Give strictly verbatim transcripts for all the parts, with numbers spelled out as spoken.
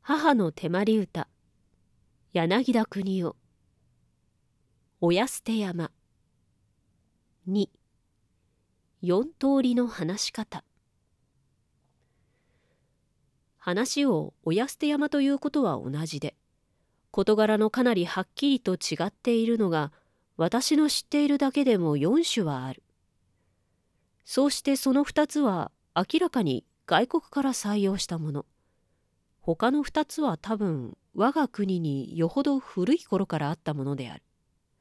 母の手まり歌、柳田国男。親捨て山。に、四通りの話し方。話を親捨て山ということは同じで、事柄のかなりはっきりと違っているのが、私の知っているだけでも四種はある。そうしてその二つは明らかに外国から採用したもの。他の二つは多分我が国によほど古い頃からあったものである。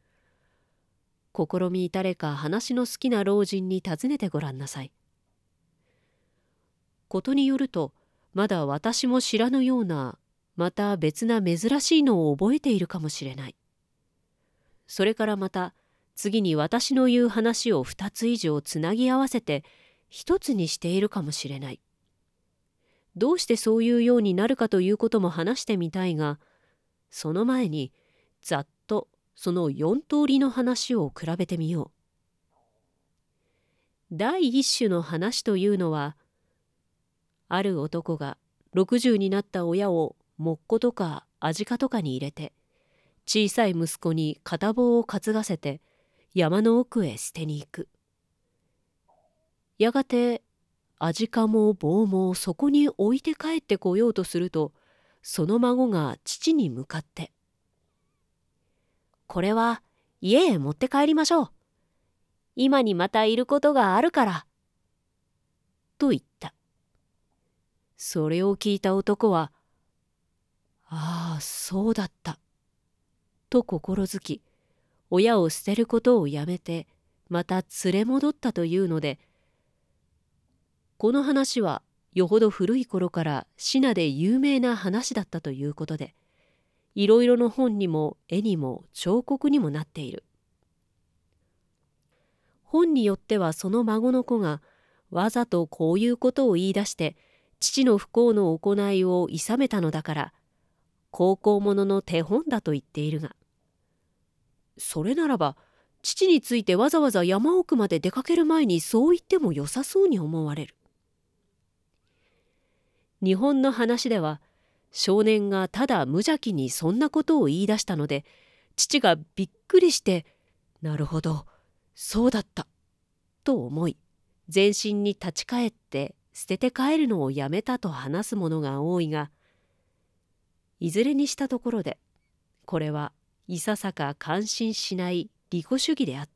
試み誰か話の好きな老人に尋ねてごらんなさい。ことによると、まだ私も知らぬような、また別な珍しいのを覚えているかもしれない。それからまた、次に私の言う話を二つ以上つなぎ合わせて、一つにしているかもしれない。どうしてそういうようになるかということも話してみたいが、その前に、ざっとその四通りの話を比べてみよう。第一種の話というのは、ある男が六十になった親を木っとかアジカとかに入れて、小さい息子に片棒を担がせて山の奥へ捨てに行く。やがてアジカも棒もそこに置いて帰ってこようとすると、その孫が父に向かって「これは家へ持って帰りましょう。今にまたいることがあるから」と言った。それを聞いた男は「ああ、そうだった」と心づき、親を捨てることをやめてまた連れ戻ったというので、この話はよほど古い頃からシナで有名な話だったということで、いろいろの本にも絵にも彫刻にもなっている。本によってはその孫の子がわざとこういうことを言い出して父の不幸の行いをいさめたのだから孝行者の手本だと言っているが、それならば父についてわざわざ山奥まで出かける前にそう言ってもよさそうに思われる。日本の話では少年がただ無邪気にそんなことを言い出したので、父がびっくりして「なるほど、そうだった」と思い、全身に立ち返って捨てて帰るのをやめたと話すものが多いが、いずれにしたところでこれはいささか感心しない利己主義であった。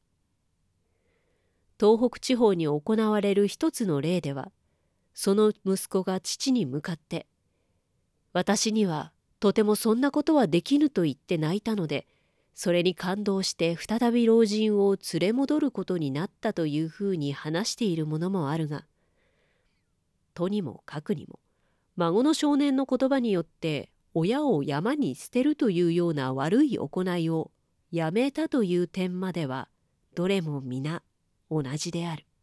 東北地方に行われる一つの例では、その息子が父に向かって「私にはとてもそんなことはできぬ」と言って泣いたので、それに感動して再び老人を連れ戻ることになったというふうに話しているものもあるが、とにもかくにも孫の少年の言葉によって親を山に捨てるというような悪い行いをやめたという点まではどれも皆同じである。